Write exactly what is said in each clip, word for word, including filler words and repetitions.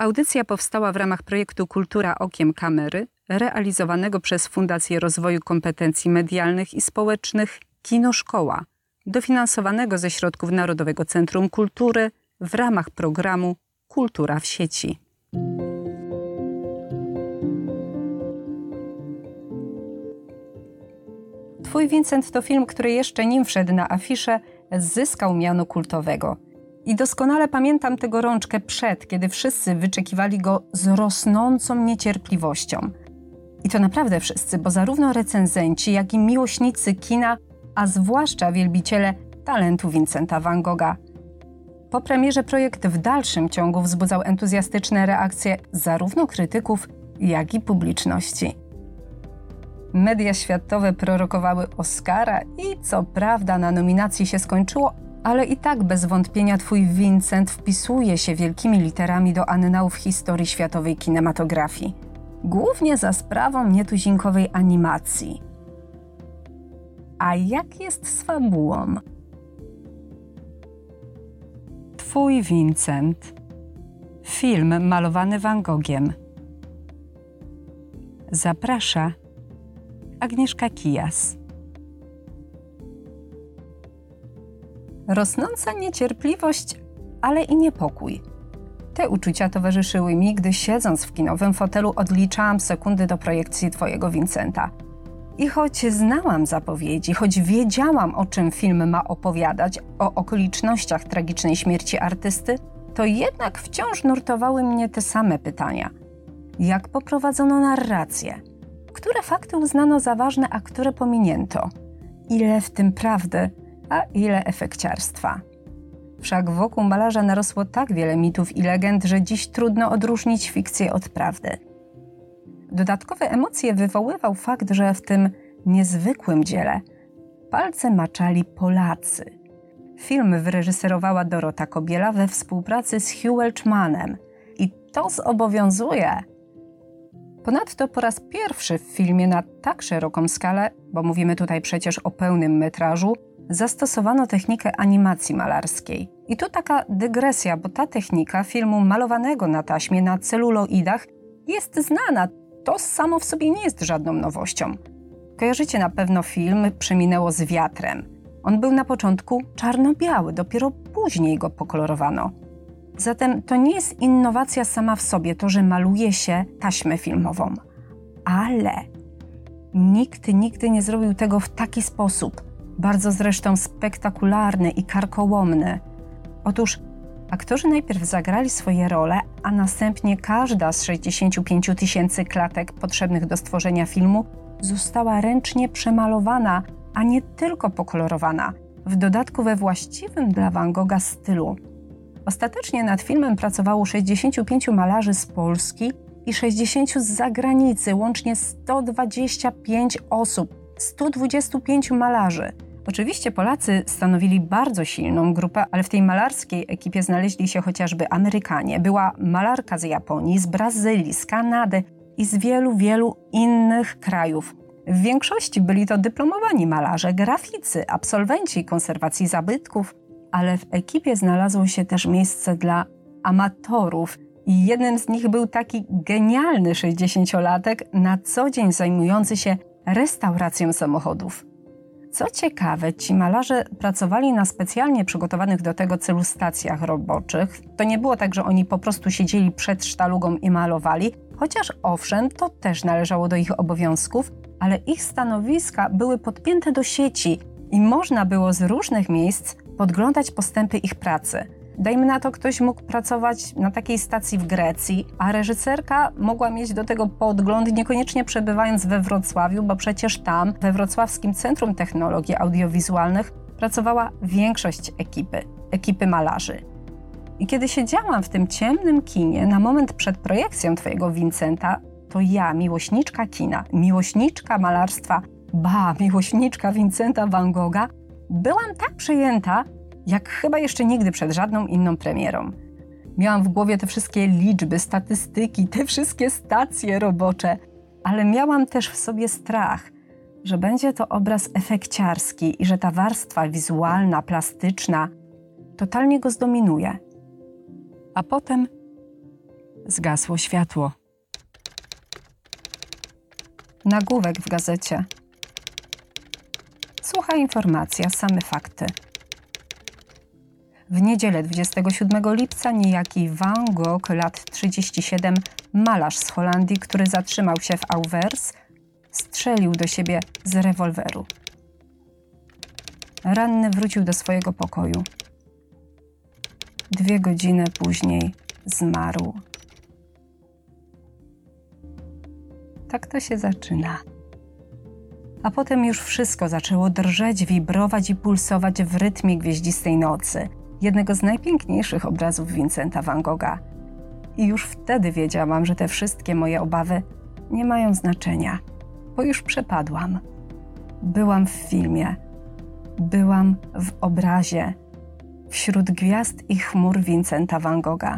Audycja powstała w ramach projektu Kultura okiem kamery, realizowanego przez Fundację Rozwoju Kompetencji Medialnych i Społecznych Kino Szkoła, dofinansowanego ze środków Narodowego Centrum Kultury w ramach programu Kultura w sieci. Twój Vincent to film, który jeszcze nim wszedł na afiszę, zyskał miano kultowego. I doskonale pamiętam tę gorączkę przed, kiedy wszyscy wyczekiwali go z rosnącą niecierpliwością. I to naprawdę wszyscy, bo zarówno recenzenci, jak i miłośnicy kina, a zwłaszcza wielbiciele talentu Vincenta van Gogha. Po premierze projekt w dalszym ciągu wzbudzał entuzjastyczne reakcje zarówno krytyków, jak i publiczności. Media światowe prorokowały Oscara i co prawda na nominacji się skończyło, ale i tak bez wątpienia twój Vincent wpisuje się wielkimi literami do annałów historii światowej kinematografii. Głównie za sprawą nietuzinkowej animacji. A jak jest z fabułą? Twój Vincent. Film malowany Van Gogiem. Zaprasza Agnieszka Kijas. Rosnąca niecierpliwość, ale i niepokój. Te uczucia towarzyszyły mi, gdy siedząc w kinowym fotelu odliczałam sekundy do projekcji twojego Vincenta. I choć znałam zapowiedzi, choć wiedziałam, o czym film ma opowiadać, o okolicznościach tragicznej śmierci artysty, to jednak wciąż nurtowały mnie te same pytania. Jak poprowadzono narrację? Które fakty uznano za ważne, a które pominięto? Ile w tym prawdy, a ile efekciarstwa? Wszak wokół malarza narosło tak wiele mitów i legend, że dziś trudno odróżnić fikcję od prawdy. Dodatkowe emocje wywoływał fakt, że w tym niezwykłym dziele palce maczali Polacy. Film wyreżyserowała Dorota Kobiela we współpracy z Hugh Welchmanem i to zobowiązuje. Ponadto po raz pierwszy w filmie na tak szeroką skalę, bo mówimy tutaj przecież o pełnym metrażu, zastosowano technikę animacji malarskiej. I tu taka dygresja, bo ta technika filmu malowanego na taśmie na celuloidach jest znana. To samo w sobie nie jest żadną nowością. Kojarzycie na pewno film Przeminęło z wiatrem. On był na początku czarno-biały, dopiero później go pokolorowano. Zatem to nie jest innowacja sama w sobie, to, że maluje się taśmę filmową. Ale nikt nigdy nie zrobił tego w taki sposób, bardzo zresztą spektakularny i karkołomny. Otóż aktorzy najpierw zagrali swoje role, a następnie każda z sześćdziesięciu pięciu tysięcy klatek potrzebnych do stworzenia filmu została ręcznie przemalowana, a nie tylko pokolorowana, w dodatku we właściwym dla Van Gogha stylu. Ostatecznie nad filmem pracowało sześćdziesięciu pięciu malarzy z Polski i sześćdziesięciu z zagranicy, łącznie sto dwadzieścia pięć osób, stu dwudziestu pięciu malarzy. Oczywiście Polacy stanowili bardzo silną grupę, ale w tej malarskiej ekipie znaleźli się chociażby Amerykanie. Była malarka z Japonii, z Brazylii, z Kanady i z wielu, wielu innych krajów. W większości byli to dyplomowani malarze, graficy, absolwenci konserwacji zabytków, ale w ekipie znalazło się też miejsce dla amatorów i jednym z nich był taki genialny sześćdziesięciolatek, na co dzień zajmujący się restauracją samochodów. Co ciekawe, ci malarze pracowali na specjalnie przygotowanych do tego celu stacjach roboczych. To nie było tak, że oni po prostu siedzieli przed sztalugą i malowali, chociaż owszem, to też należało do ich obowiązków, ale ich stanowiska były podpięte do sieci i można było z różnych miejsc podglądać postępy ich pracy. Dajmy na to, ktoś mógł pracować na takiej stacji w Grecji, a reżyserka mogła mieć do tego podgląd, niekoniecznie przebywając we Wrocławiu, bo przecież tam, we Wrocławskim Centrum Technologii Audiowizualnych, pracowała większość ekipy, ekipy malarzy. I kiedy siedziałam w tym ciemnym kinie na moment przed projekcją twojego Vincenta, to ja, miłośniczka kina, miłośniczka malarstwa, ba, miłośniczka Vincenta van Gogha, byłam tak przejęta, jak chyba jeszcze nigdy przed żadną inną premierą. Miałam w głowie te wszystkie liczby, statystyki, te wszystkie stacje robocze, ale miałam też w sobie strach, że będzie to obraz efekciarski i że ta warstwa wizualna, plastyczna totalnie go zdominuje. A potem Zgasło światło. Nagłówek w gazecie. Sucha informacja, same fakty. W niedzielę dwudziestego siódmego lipca niejaki Van Gogh, lat trzydzieści siedem, malarz z Holandii, który zatrzymał się w Auvers, strzelił do siebie z rewolweru. Ranny wrócił do swojego pokoju. Dwie godziny później zmarł. Tak to się zaczyna. A potem już wszystko zaczęło drżeć, wibrować i pulsować w rytmie Gwieździstej nocy, jednego z najpiękniejszych obrazów Vincenta van Gogha. I już wtedy wiedziałam, że te wszystkie moje obawy nie mają znaczenia, bo już przepadłam. Byłam w filmie, byłam w obrazie, wśród gwiazd i chmur Vincenta van Gogha.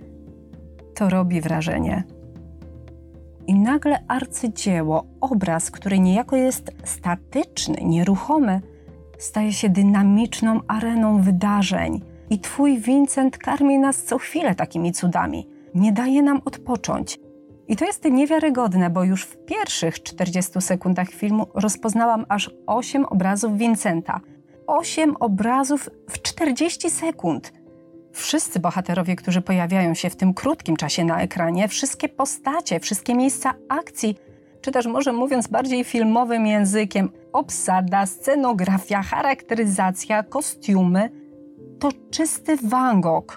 To robi wrażenie. I nagle arcydzieło, obraz, który niejako jest statyczny, nieruchomy, staje się dynamiczną areną wydarzeń. I twój Vincent karmi nas co chwilę takimi cudami. Nie daje nam odpocząć. I to jest niewiarygodne, bo już w pierwszych czterdziestu sekundach filmu rozpoznałam aż osiem obrazów Vincenta. Osiem obrazów w czterdzieści sekund. Wszyscy bohaterowie, którzy pojawiają się w tym krótkim czasie na ekranie, wszystkie postacie, wszystkie miejsca akcji, czy też może mówiąc bardziej filmowym językiem, obsada, scenografia, charakteryzacja, kostiumy, to czysty Van Gogh.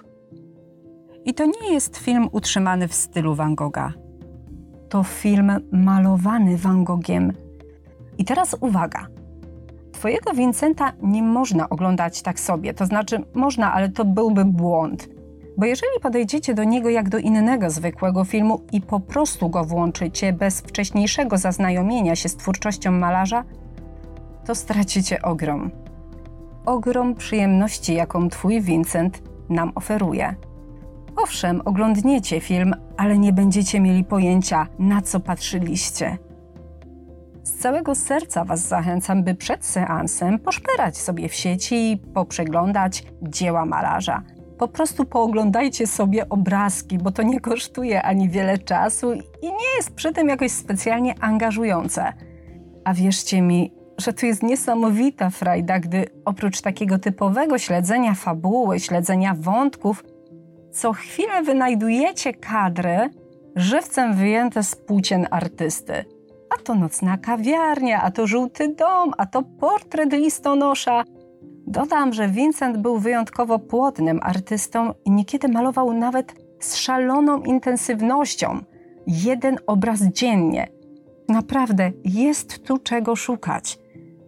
I to nie jest film utrzymany w stylu Van Gogha. To film malowany Van Gogiem. I teraz uwaga. Twojego Vincenta nie można oglądać tak sobie, to znaczy można, ale to byłby błąd. Bo jeżeli podejdziecie do niego jak do innego zwykłego filmu i po prostu go włączycie bez wcześniejszego zaznajomienia się z twórczością malarza, to stracicie ogrom. Ogrom przyjemności, jaką twój Vincent nam oferuje. Owszem, oglądniecie film, ale nie będziecie mieli pojęcia, na co patrzyliście. Z całego serca was zachęcam, by przed seansem poszperać sobie w sieci i poprzeglądać dzieła malarza. Po prostu pooglądajcie sobie obrazki, bo to nie kosztuje ani wiele czasu i nie jest przy tym jakoś specjalnie angażujące. A wierzcie mi, że to jest niesamowita frajda, gdy oprócz takiego typowego śledzenia fabuły, śledzenia wątków, co chwilę wynajdujecie kadry żywcem wyjęte z płócien artysty. A to nocna kawiarnia, a to żółty dom, a to portret listonosza. Dodam, że Vincent był wyjątkowo płodnym artystą i niekiedy malował nawet z szaloną intensywnością. Jeden obraz dziennie. Naprawdę jest tu czego szukać.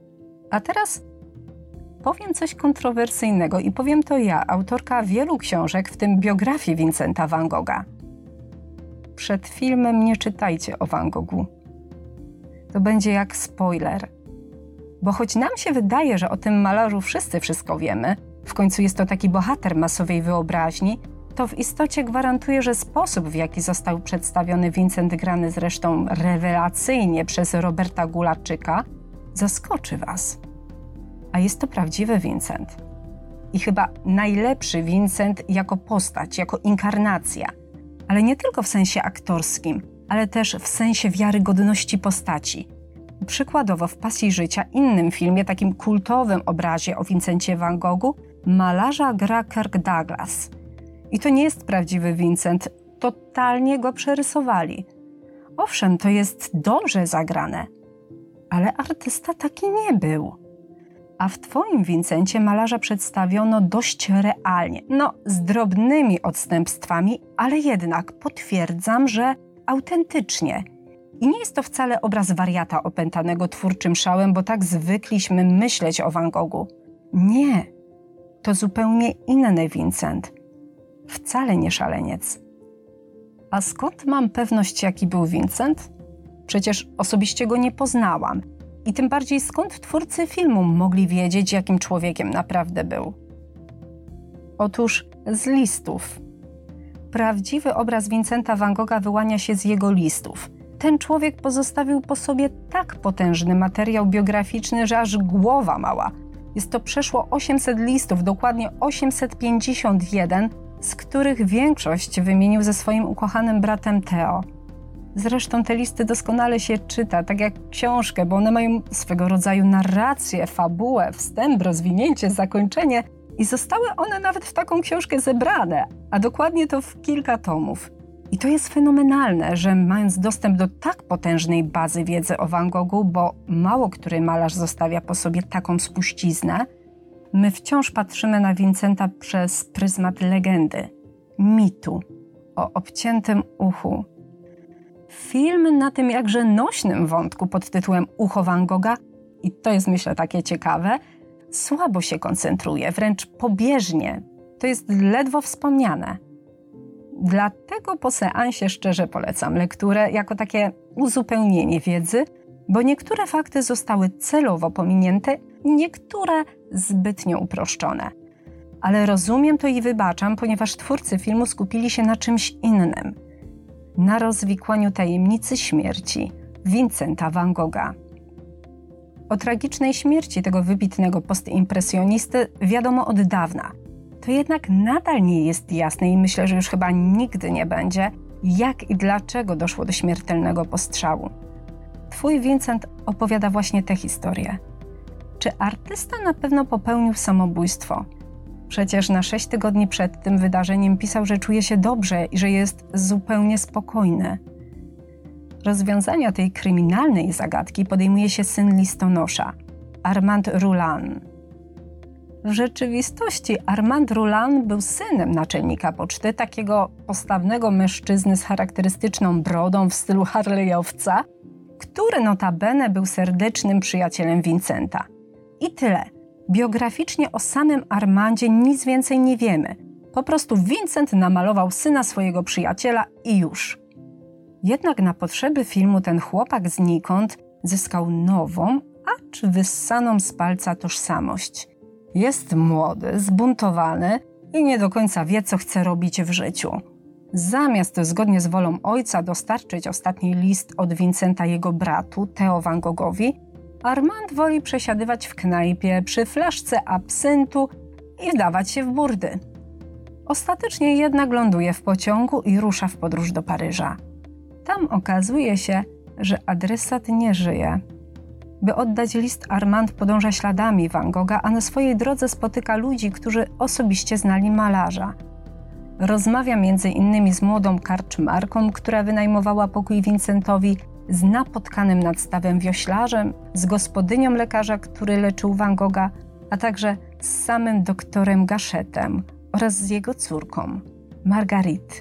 A teraz powiem coś kontrowersyjnego i powiem to ja, autorka wielu książek, w tym biografii Vincenta van Gogha. Przed filmem nie czytajcie o Van Goghu. To będzie jak spoiler. Bo choć nam się wydaje, że o tym malarzu wszyscy wszystko wiemy, w końcu jest to taki bohater masowej wyobraźni, to w istocie gwarantuję, że sposób, w jaki został przedstawiony Vincent, grany zresztą rewelacyjnie przez Roberta Gulaczyka, zaskoczy was. A jest to prawdziwy Vincent. I chyba najlepszy Vincent jako postać, jako inkarnacja. Ale nie tylko w sensie aktorskim, ale też w sensie wiarygodności postaci. Przykładowo w Pasji życia, innym filmie, takim kultowym obrazie o Vincencie van Goghu, malarza gra Kirk Douglas. I to nie jest prawdziwy Vincent, totalnie go przerysowali. Owszem, to jest dobrze zagrane, ale artysta taki nie był. A w twoim Vincencie malarza przedstawiono dość realnie, no z drobnymi odstępstwami, ale jednak potwierdzam, że autentycznie. I nie jest to wcale obraz wariata opętanego twórczym szałem, bo tak zwykliśmy myśleć o Van Goghu. Nie, to zupełnie inny Vincent. Wcale nie szaleniec. A skąd mam pewność, jaki był Vincent? Przecież osobiście go nie poznałam. I tym bardziej skąd twórcy filmu mogli wiedzieć, jakim człowiekiem naprawdę był? Otóż z listów. Prawdziwy obraz Vincenta van Gogha wyłania się z jego listów. Ten człowiek pozostawił po sobie tak potężny materiał biograficzny, że aż głowa mała. Jest to przeszło osiemset listów, dokładnie osiemset pięćdziesiąt jeden, z których większość wymienił ze swoim ukochanym bratem Theo. Zresztą te listy doskonale się czyta, tak jak książkę, bo one mają swego rodzaju narrację, fabułę, wstęp, rozwinięcie, zakończenie i zostały one nawet w taką książkę zebrane, a dokładnie to w kilka tomów. I to jest fenomenalne, że mając dostęp do tak potężnej bazy wiedzy o Van Goghu, bo mało który malarz zostawia po sobie taką spuściznę, my wciąż patrzymy na Vincenta przez pryzmat legendy, mitu o obciętym uchu. Film na tym jakże nośnym wątku pod tytułem Ucho Van Gogha, i to jest myślę takie ciekawe, słabo się koncentruje, wręcz pobieżnie. To jest ledwo wspomniane. Dlatego po seansie szczerze polecam lekturę jako takie uzupełnienie wiedzy, bo niektóre fakty zostały celowo pominięte, niektóre zbytnio uproszczone. Ale rozumiem to i wybaczam, ponieważ twórcy filmu skupili się na czymś innym. Na rozwikłaniu tajemnicy śmierci Vincenta Van Gogha. O tragicznej śmierci tego wybitnego postimpresjonisty wiadomo od dawna. To jednak nadal nie jest jasne i myślę, że już chyba nigdy nie będzie, jak i dlaczego doszło do śmiertelnego postrzału. Twój Vincent opowiada właśnie tę historię. Czy artysta na pewno popełnił samobójstwo? Przecież na sześć tygodni przed tym wydarzeniem pisał, że czuje się dobrze i że jest zupełnie spokojny. Rozwiązania tej kryminalnej zagadki podejmuje się syn listonosza, Armand Rouland. W rzeczywistości Armand Rouland był synem naczelnika poczty, takiego postawnego mężczyzny z charakterystyczną brodą w stylu harlejowca, który notabene był serdecznym przyjacielem Vincenta. I tyle. Biograficznie o samym Armandzie nic więcej nie wiemy. Po prostu Vincent namalował syna swojego przyjaciela i już. Jednak na potrzeby filmu ten chłopak znikąd zyskał nową, acz wyssaną z palca tożsamość. Jest młody, zbuntowany i nie do końca wie, co chce robić w życiu. Zamiast zgodnie z wolą ojca dostarczyć ostatni list od Vincenta jego bratu, Theo Van Goghowi, Armand woli przesiadywać w knajpie przy flaszce absyntu i wdawać się w burdy. Ostatecznie jednak ląduje w pociągu i rusza w podróż do Paryża. Tam okazuje się, że adresat nie żyje. By oddać list, Armand podąża śladami Van Gogha, a na swojej drodze spotyka ludzi, którzy osobiście znali malarza. Rozmawia między innymi z młodą karczmarką, która wynajmowała pokój Vincentowi, z napotkanym nad stawem wioślarzem, z gospodynią lekarza, który leczył Van Gogha, a także z samym doktorem Gachetem oraz z jego córką, Marguerite.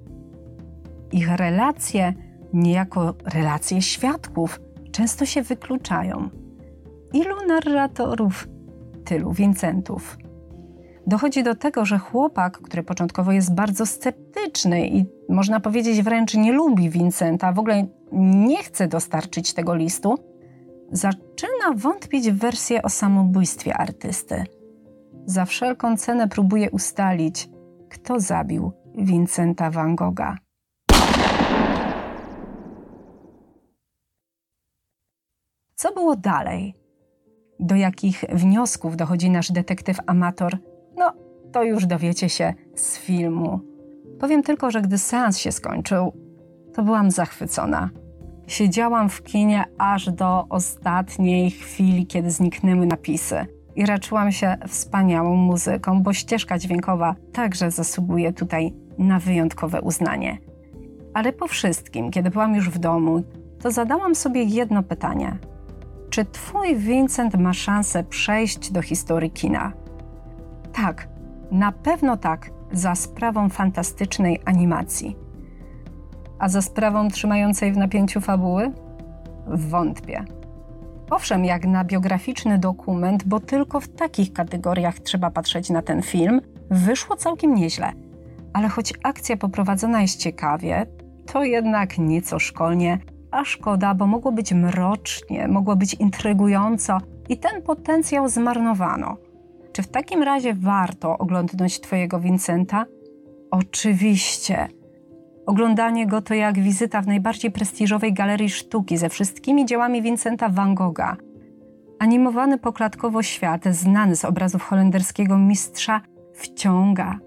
Ich relacje, niejako relacje świadków, często się wykluczają. Ilu narratorów, tylu Vincentów. Dochodzi do tego, że chłopak, który początkowo jest bardzo sceptyczny i można powiedzieć wręcz nie lubi Vincenta, w ogóle nie chce dostarczyć tego listu, zaczyna wątpić w wersję o samobójstwie artysty. Za wszelką cenę próbuje ustalić, kto zabił Vincenta Van Gogha. Co było dalej? Do jakich wniosków dochodzi nasz detektyw amator? No, to już dowiecie się z filmu. Powiem tylko, że gdy seans się skończył, to byłam zachwycona. Siedziałam w kinie aż do ostatniej chwili, kiedy zniknęły napisy. I raczyłam się wspaniałą muzyką, bo ścieżka dźwiękowa także zasługuje tutaj na wyjątkowe uznanie. Ale po wszystkim, kiedy byłam już w domu, to zadałam sobie jedno pytanie. Czy twój Vincent ma szansę przejść do historii kina? Tak, na pewno tak, za sprawą fantastycznej animacji. A za sprawą trzymającej w napięciu fabuły? Wątpię. Owszem, jak na biograficzny dokument, bo tylko w takich kategoriach trzeba patrzeć na ten film, wyszło całkiem nieźle. Ale choć akcja poprowadzona jest ciekawie, to jednak nieco szkolnie, a szkoda, bo mogło być mrocznie, mogło być intrygująco i ten potencjał zmarnowano. Czy w takim razie warto oglądnąć twojego Vincenta? Oczywiście. Oglądanie go to jak wizyta w najbardziej prestiżowej galerii sztuki ze wszystkimi dziełami Vincenta Van Gogha. Animowany poklatkowo świat, znany z obrazów holenderskiego mistrza, wciąga.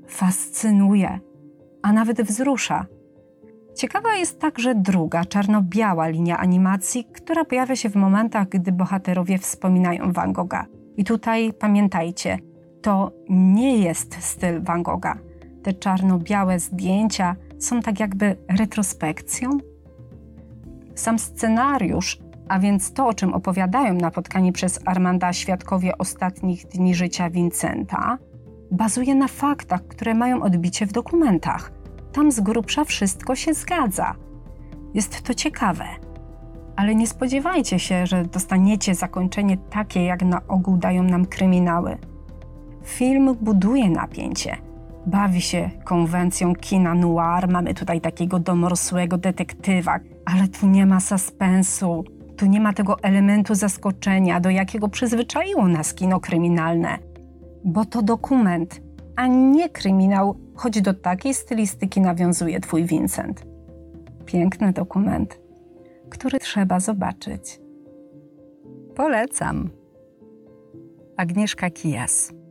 fascynuje, a nawet wzrusza. Ciekawa jest także druga, czarno-biała linia animacji, która pojawia się w momentach, gdy bohaterowie wspominają Van Gogha. I tutaj pamiętajcie, to nie jest styl Van Gogha. Te czarno-białe zdjęcia są tak jakby retrospekcją. Sam scenariusz, a więc to, o czym opowiadają napotkani przez Armanda świadkowie ostatnich dni życia Vincenta, bazuje na faktach, które mają odbicie w dokumentach. Tam z grubsza wszystko się zgadza. Jest to ciekawe. Ale nie spodziewajcie się, że dostaniecie zakończenie takie, jak na ogół dają nam kryminały. Film buduje napięcie. Bawi się konwencją kina noir, mamy tutaj takiego domorosłego detektywa, ale tu nie ma suspensu, tu nie ma tego elementu zaskoczenia, do jakiego przyzwyczaiło nas kino kryminalne. Bo to dokument, a nie kryminał, choć do takiej stylistyki nawiązuje twój Vincent. Piękny dokument, który trzeba zobaczyć. Polecam. Agnieszka Kijas.